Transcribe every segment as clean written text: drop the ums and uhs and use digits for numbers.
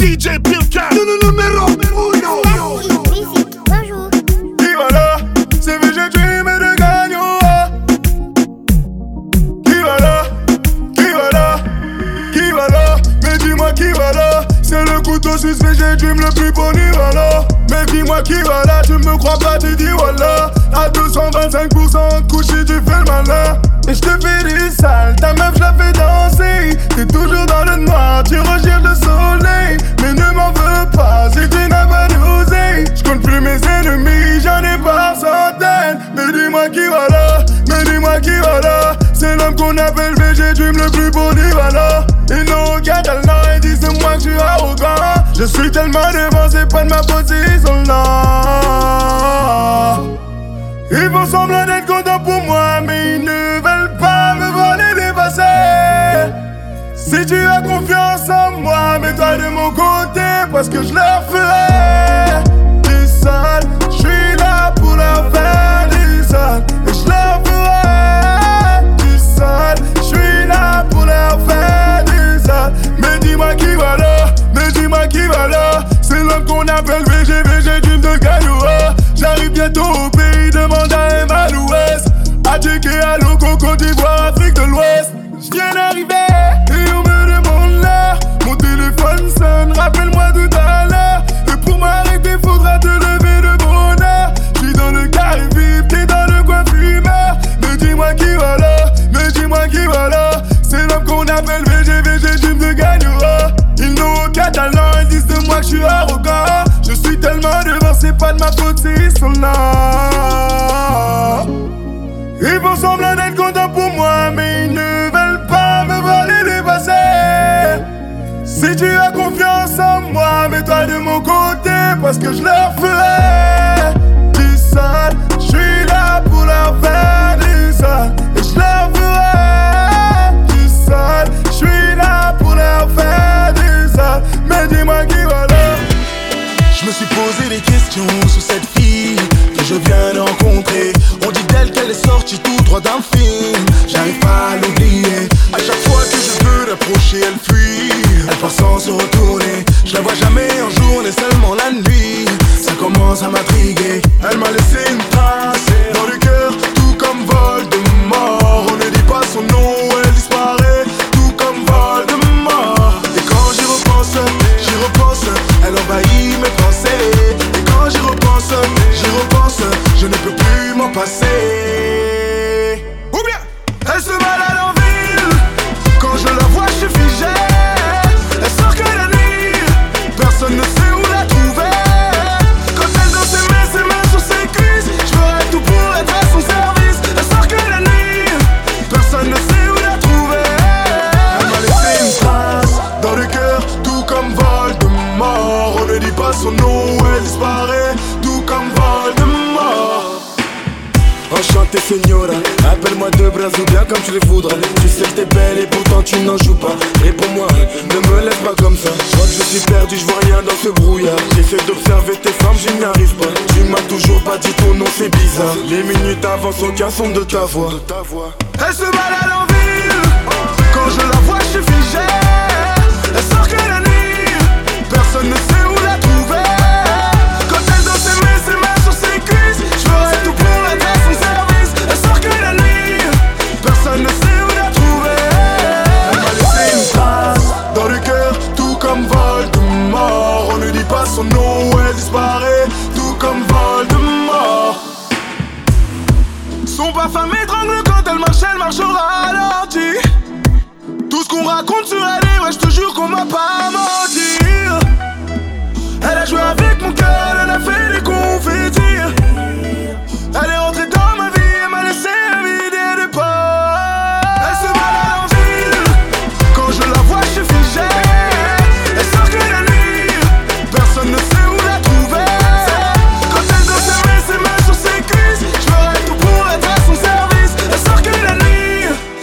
DJ Pilka, le numéro 1. Bonjour. Qui va là? C'est VG Dream et de Gagnon. Qui va là? Qui va là? Qui va là? Mais dis-moi qui va là? C'est le couteau suisse VG Dream le plus beau voilà. Mais dis-moi qui va là? Tu me crois pas, tu dis voilà. À 225% couché, tu fais le malin. Et je te fais du sale, ta meuf je la fais danser. T'es toujours dans le noir, tu recherches le soleil. Mais ne m'en veux pas si tu n'as pas d'oseille. Je compte plus mes ennemis, j'en ai par centaines. Mais dis-moi qui va là, mais dis-moi qui va là. C'est l'homme qu'on appelle VG Dream le plus beau du voilà. Ils n'ont aucun talent, ils disent de moi que je suis arrogant. Je suis tellement devant, c'est pas de ma faute s'ils sont là. Ils font semblant d'être contents pour moi, mais ils ne veulent pas me voir les dépasser. Si tu as confiance en moi, mets-toi de mon côté, parce que je leur ferai du sale. Je suis là pour leur faire du sale, et je leur ferai du sale. Je suis là pour leur faire du sale. Mais dis-moi qui va là, mais dis-moi qui va là. C'est l'homme qu'on appelle VG Dream de Gagnoua. J'arrive bientôt au pays, demande à Emma l'Ouest. À checker à Loco, Côte d'Ivoire, Afrique de l'Ouest. J'viens d'arriver et on me demande là. Mon téléphone sonne, rappelle-moi tout à l'heure. Et pour m'arrêter, faudra te lever de bonheur. J'suis dans le carré vif, t'es dans le coin fumeur. Mais dis-moi qui va là, mais dis-moi qui va là. C'est l'homme qu'on appelle VG Dream de Gagnoua. Ils n'ont aucun talent, ils disent de moi que je suis arrogant. Je suis tellement devant, c'est pas de ma faute s'ils sont là. Ils font semblant d'être contents pour moi, mais ils ne veulent pas me voir les dépasser. Si tu as confiance en moi, mets-toi de mon côté, parce que je leur ferai du sale. Je suis là pour leur faire du sale, et je leur ferai du sale. Je suis là pour leur faire du sale. Mais dis-moi qui va là. Je me suis posé des questions sur cette fille que je viens de rencontrer. On dit d'elle qu'elle est sortie tout droit d'un film. J'arrive pas à l'oublier. À chaque fois que je veux l'approcher, elle fuit. Elle part sans se retourner. Je la vois jamais en journée, seulement la nuit. Ça commence à m'intriguer. Elle m'a laissé une trace dans le cœur, tout comme Voldemort. On ne dit pas son nom, elle disparaît, tout comme Voldemort. Et quand j'y repense, elle envahit mes pensées. Et quand j'y repense, je ne peux plus m'en passer. Ou bien, elle se balade en ville. Quand je la vois, je suis figé. Elle sort que la nuit, personne ne sait où la trouver. Quand elle danse ses mains sur ses cuisses, je ferai tout pour être à son service. Elle sort que la nuit, personne ne sait où la trouver. Elle m'a laissé une trace dans le cœur, tout comme Voldemort. On ne dit pas son nom, elle disparaît, tout comme Voldemort. Enchanté Señora, appelle-moi de bras ou bien comme tu le voudras. Tu sais que t'es belle et pourtant tu n'en joues pas. Réponds-moi, ne me laisse pas comme ça. Je crois que je suis perdu, je vois rien dans ce brouillard. J'essaie d'observer tes femmes, je n'y arrive pas. Tu m'as toujours pas dit ton nom, c'est bizarre. Les minutes avancent, aucun son de ta voix. Elle se balade en ville. Quand je la vois, je suis figé. Elle sort que la nuit, personne ne sait où la trouver. Quand elle danse ses mains sur ses cuisses, je ferai tout pour être à son service. Elle sort que la nuit, personne ne sait où la trouver. Elle m'a laissé une trace dans le cœur, tout comme Voldemort. On ne dit pas son nom, elle disparaît, tout comme Voldemort. Son parfum m'étrangle quand elle marche au ralenti. Tout ce qu'on raconte sur elle, ouais, je te jure qu'on m'a pas menti. Elle a joué avec mon cœur, elle a fait des confettis. Elle est rentrée dans ma vie, elle m'a laissé vider de peur. Elle se balade en ville, quand je la vois, je suis figé. Elle sort que la nuit, personne ne sait où la trouver. Quand elle danse ses mains sur ses cuisses, je ferai tout pour être à son service. Elle sort que la nuit,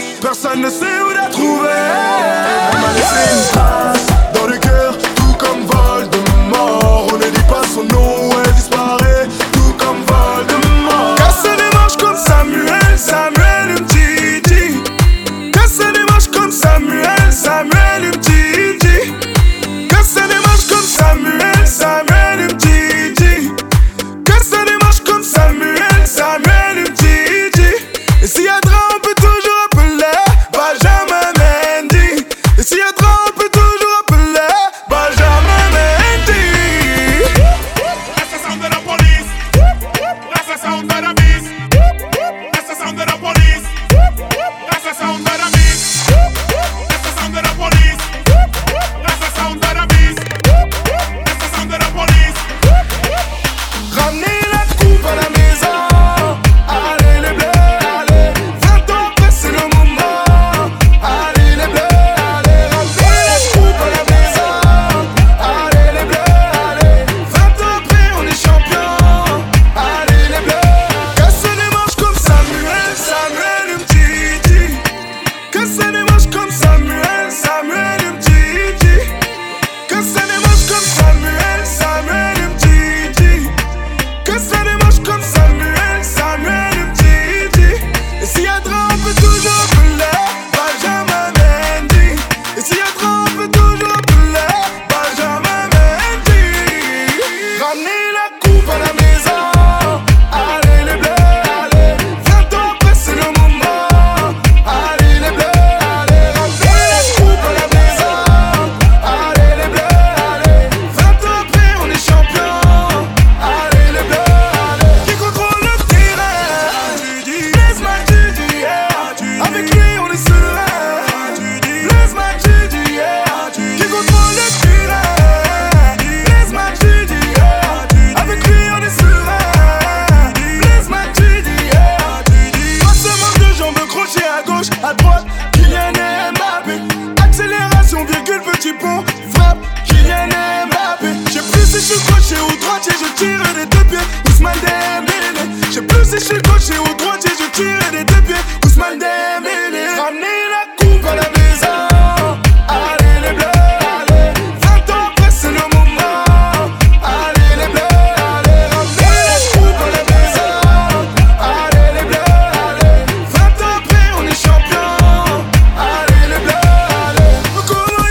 Attention, virgule, petit pont, frappe, Kylian Mbappé. Je sais plus si je suis gaucher ou droitier, je tire des deux pieds, Ousmane Dembélé. Je sais plus si je suis gaucher ou droitier, je tire des deux pieds, Ousmane Dembélé. Ramenez la coupe à la maison, allez les bleus, allez. 20 ans après c'est le moment, allez les bleus, allez. Ramenez la coupe à la maison, allez les bleus, allez. 20 ans après on est champion, allez les bleus, allez. N'Golo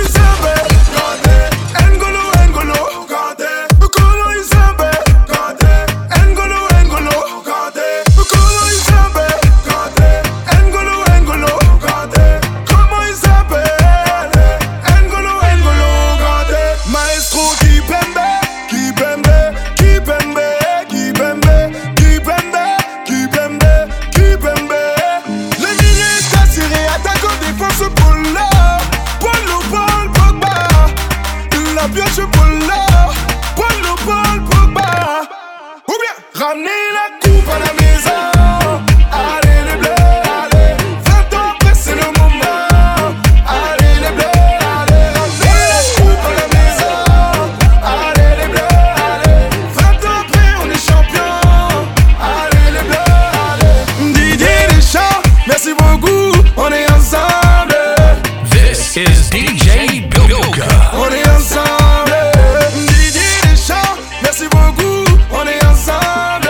Kanté, N'Golo Kanté, N'Golo Kanté, comment il s'appelle? Comment il s'appelle? N'Golo Kanté. Maestro Kipembe, le milieu est assuré, attaquant, défense, Paul Pogba. La pioche, Paul Pogba. Ou bien, ramenez la coupe à la maison, allez les bleus, allez. 20 ans après c'est le moment, allez les bleus, allez. Ramenez la coupe à la maison, allez les bleus, allez. 20 ans après on est champion, allez les bleus, allez. Didier Deschamps, merci beaucoup, on est ensemble. This is DJ Bilka. On est ensemble. Didier Deschamps, merci beaucoup, on est ensemble.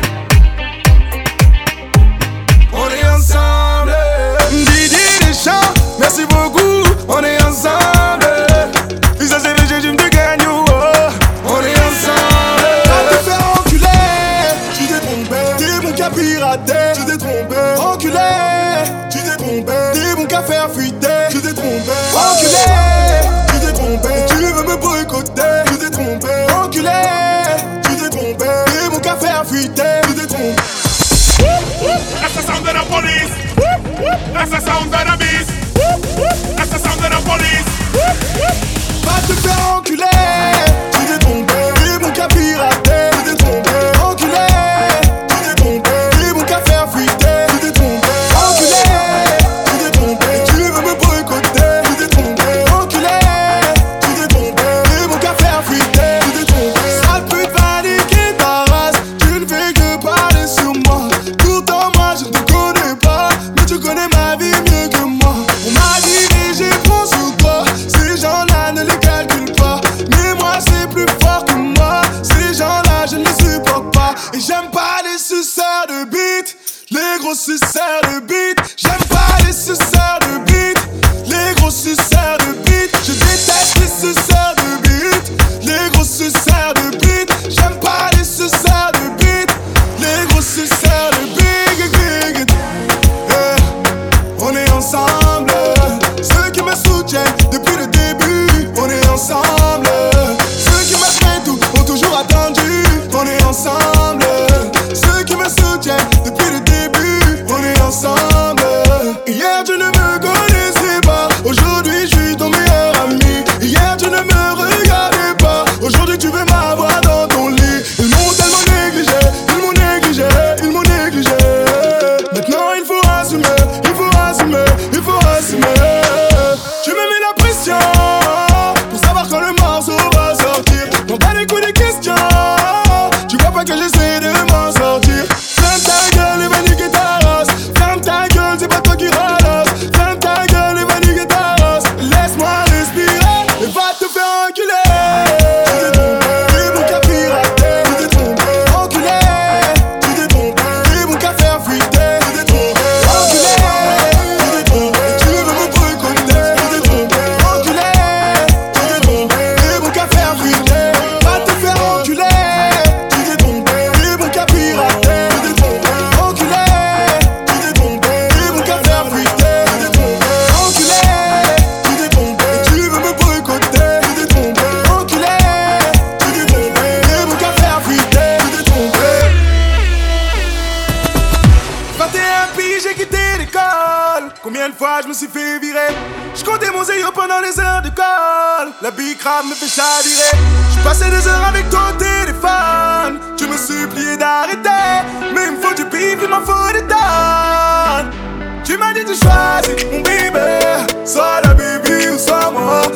On est ensemble. Didier Deschamps, merci beaucoup, on est ensemble. Et ça c'est le jeu, tu me gagnes, on est ensemble. Va te faire enculer, tu t'es trompé. T'es mon cas piraté, tu t'es trompé. Enculé, tu t'es trompé. T'es mon cas faire fuiter, tu t'es trompé. Enculé, tu t'es trompé. Tu veux me boycotter, tu t'es trompé. Enculé, tu t'es trompé. T'es mon cas faire fuiter, tu t'es trompé. That's the sound of the police. That's the sound of the beast. That's the sound of the police. Va te faire enculer, tu t'es trompé. T'es mon cas piraté, tu t'es trompé. Enculé, tu t'es trompé. T'es mon cas faire fuiter, tu t'es trompé. Enculé, tu t'es trompé. Tu veux me boycotter, tu t'es trompé. Enculé, tu t'es trompé. T'es mon cas faire fuiter, tu t'es trompé. Sale pute, va niquer ta race. Tu ne fais que parler sur moi. Pourtant moi je ne te connais pas, mais tu connais ma vie mieux que moi. On m'a dit j'ai prends sur toi. Ces gens-là ne les calculent pas, mais moi c'est plus fort que moi. Ces gens-là je ne les supporte pas. Et j'aime pas les suceurs de bite, les gros suceurs de bite. J'aime pas les suceurs de bite, les gros suceurs de bite. Je déteste les suceurs de bite, les gros suceurs de bite. J'aime pas les suceurs de bite, les gros suceurs de bite. On est ensemble, ceux qui me soutiennent depuis le début. On est ensemble, ceux qui m'aiment tout ont toujours attendu. On est ensemble, ceux qui me soutiennent depuis le début. On est ensemble. Hier tu ne me connaissais pas, aujourd'hui je suis ton meilleur ami. Hier tu ne me regardais pas, aujourd'hui tu veux m'avoir dans ton lit. Ils m'ont tellement négligé, ils m'ont négligé, ils m'ont négligé. Maintenant il faut assumer, il faut assumer, il faut assumer. Tu me mets la pression pour savoir quand le morceau va sortir. M'en bats les couilles des questions, tu vois pas que j'essaie de m'en sortir. Ferme ta gueule et va niquer ta race. Ferme ta gueule, c'est pas toi qui ralasse. Ferme ta gueule et va niquer ta race. Laisse-moi respirer et va te faire enculer. Tu t'es trompé, t'es mon cas piraté. Tu t'es trompé, enculé. Tu t'es trompé, t'es mon cas faire fuiter. Tu t'es trompé, enculé. Tu t'es trompé, tu veux me boycotter. Tu t'es trompé, enculé. Tu t'es trompé, t'es mon cas faire fuiter. Va te faire enculer. Tu t'es trompé, t'es mon cas piraté. Tu t'es trompé, enculé. Tu t'es trompé, t'es mon cas faire fuiter. Tu t'es trompé, enculé. Tu t'es trompé, tu veux me boycotter. Tu t'es trompé, enculé. Tu t'es trompé, t'es mon cas faire fuiter. Tu t'es trompé. 21 piges, j'ai quitté l'école. Combien de fois je me suis fait virer? Je comptais mon zéro pendant les heures de colle. La bicrave me fait chavirer. Je passais des heures avec ton téléphone. Tu me suppliais d'arrêter, mais il me faut du bif, il m'en faut des tonnes. Tu m'as dit de choisir mon bébé, soit la baby ou soit moi.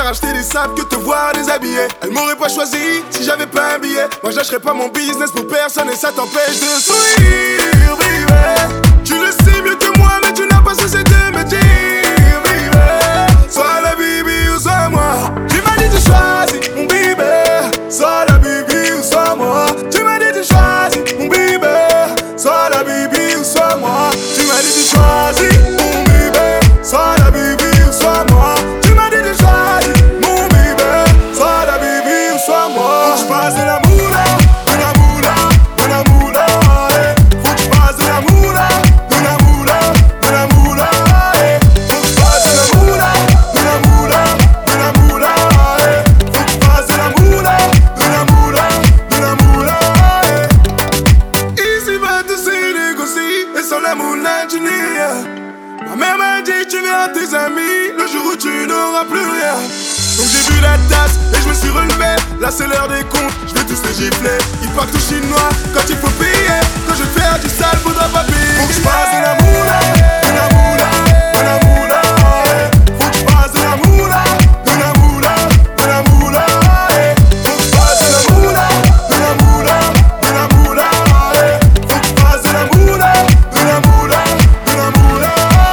acheter des sapes que te voir déshabillé. Elle m'aurait pas choisi si j'avais pas un billet. Moi j'lâcherais pas mon business pour personne et ça t'empêche de sourire, baby. Tu le sais mieux que moi mais tu n'as pas cessé de me dire, baby. Soit la bibi ou soit moi. Tu m'as dit tu choisis mon bébé. Soit la bibi ou soit moi. Tu m'as dit tu choisis mon bébé. Soit la bibi ou soit moi. Tu m'as dit tu choisis mon bébé. Soit la bibi ou soit moi. Tu m'as dit tu choisis mon bébé. Soit la bibi ou soit moi. Faut que je fasse de la moula, de la moula, de la moula. Faut que je fasse de la moula, de la moula, de la moula. Faut que je fasse de la moula, de la moula, de la moula. Faut que je fasse de la moula, de la moula, de la moula. Ici va tous ces négocier et sans la moula tu n'es rien. Ma mère m'a dit tu viens à tes amis le jour où tu n'auras plus rien. Donc j'ai bu la tasse et je me suis relevé. Là c'est l'heure des comptes, je vais tous les gifler. Ils partent au chinois quand il faut payer. Quand je vais faire du sale, faudra pas payer. Faut que je fasse de la moula, de la moula, de la moula. Faut que je fasse de la moula, de la moula, de la moula. Faut que je fasse de la moula, de la moula, de la moula. Faut que je fasse de la moula, de la moula, de la moula.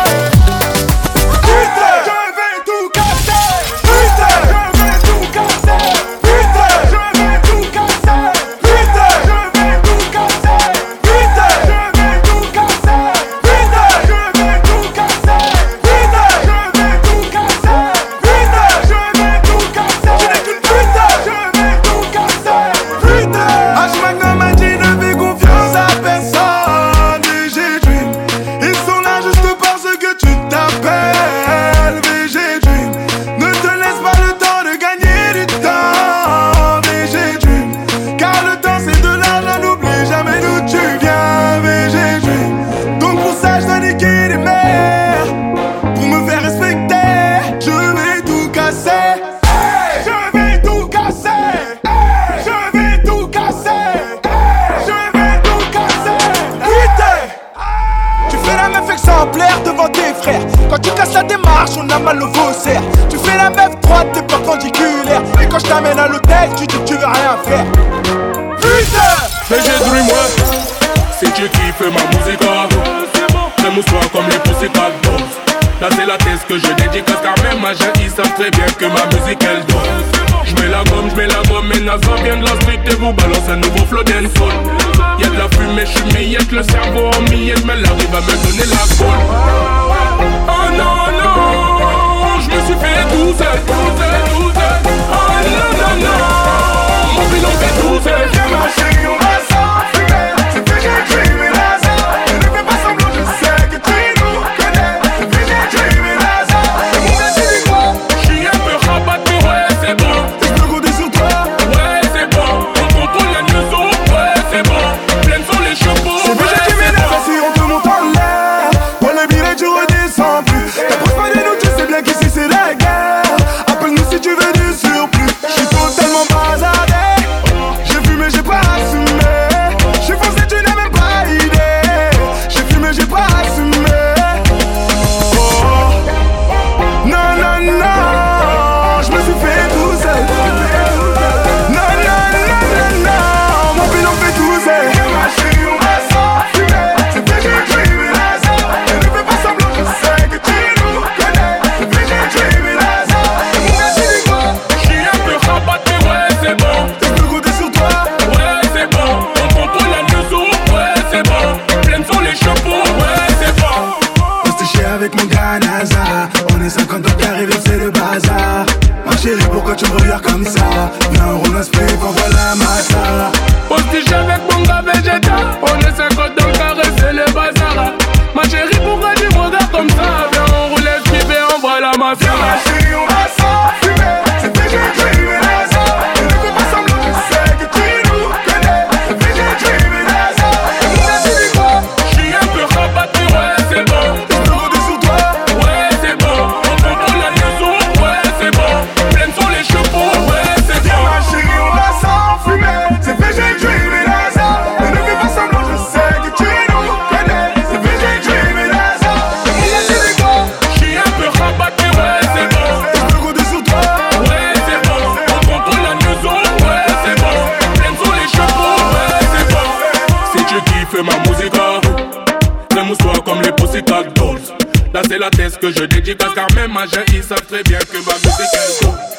Putain, je vais tout casser. Putain, je vais tout casser. Putain, je vais tout casser. Putain, je vais tout casser. Putain, je vais tout casser. Putain, je vais tout casser. Putain, je vais tout casser. Putain, je vais tout casser. Je n'ai qu'une putain, je vais tout casser. Putain, H-Magnum m'a dit ne fais confiance à personne. VG Dream, ils sont là juste parce que tu t'appelles VG Dream. Ne te laisse pas le temps de gagner du temps, VG Dream. Car le temps c'est de l'argent, n'oublie jamais d'où tu viens, VG Dream. Donc pour ça je dois niquer les mères. Pour me faire respecter, je vais tout casser. Hey, je vais tout casser. Hey, je vais tout casser. Hey, je vais tout casser. Putain, tu fais la meuf exemplaire devant tes frères. Quand tu casses la démarche, on a mal au faussaire. Tu fais la meuf droite, t'es perpendiculaire. Et quand je t'amène à l'hôtel, tu dis que tu veux rien faire. Putain, VG Dream, ouais. Si tu kiffes ma musique, fais-moi comme les Pussycat Dolls. Là c'est la thèse que je dédicace car même ma jeune ils savent très bien que ma musique elle donne. J'mets la gomme et Naza vient de la street et vous balance un nouveau flow dancehall. Y'a de la fumée, j'suis millette, le cerveau en miettes, mais l'arrive à me donner la colle. Oh non non, j'me suis fait tout seul. Oh non non, mon bilan fait tout seul. ma chérie, on va s'enfumer. C'est VG Dream et Lazare. Ne fais pas semblant, je sais que tu nous connais. C'est VG Dream et Lazare. Et mon gars, tu dis quoi? J'suis un peu rabat, mais ouais, c'est bon. Je peux compter sur toi. Ouais, c'est bon. On contrôle la maison. Ouais, c'est bon. Pleines sont les chapeaux. C'est VG qui m'énerve, si on te monte en l'air. Pour le billet, tu redescends plus. T'approches pas de nous, tu sais bien qu'ici c'est la guerre. Appelle-nous si tu veux du surplus. J'suis totalement bazardé. J'ai fumé, j'ai pas assumé. J'ai foncé, tu n'as même pas idée. J'ai fumé, j'ai pas assumé. Oh, non, non, non, je me suis fait tout seul. Non, non, non, non, non, mon bilan fait tout seul. Ma chérie, on va s'enfumer. C'est VG Dream et Lazare. Et ne fais pas semblant, je sais que tu nous connais. C'est VG Dream et Lazare. Et mon gars, tu dis quoi? J'suis un peu rabat, mais ouais, c'est bon. Je peux compter sur toi. Ouais, c'est bon. On contrôle la maison. Ouais, c'est bon. Pleines sont les chapeaux. Ouais, c'est bon. On se cher avec mon gars Naza. On est 50 ans qu'arrivé, c'est le bazar. Ma chérie, pourquoi tu me regardes comme ça? Viens, on roule un split, envoie la massa. Postiche avec mon gars Vegeta. On est 50 dans le carré, c'est le bazar. Ma chérie, pourquoi tu me regardes comme ça? Viens, on roule un split et on voit la mafia. Ma chérie, on va s'enfumer. C'est VG Dream et Lazare. Et ne fais pas semblant, je sais que tu nous connais. C'est VG Dream et Lazare. Et mon gars, tu dis quoi? J'suis un peu rabat, mais ouais, c'est bon. Je peux compter sur toi. Ouais, c'est bon. On contrôle la maison. Ouais, c'est bon. Pleines sont les chapeaux. Ouais, c'est bon. Ma chérie, on va s'enfumer. C'est VG Dream et Lazare. Et ne fais pas semblant, je sais que tu nous connais. C'est VG Dream et Lazare. Et mon gars, tu dis quoi? J'suis un peu rabat, mais ouais, c'est bon. c'est la thèse que je dédicace car même à jeun ils savent très bien que ma musique elle go.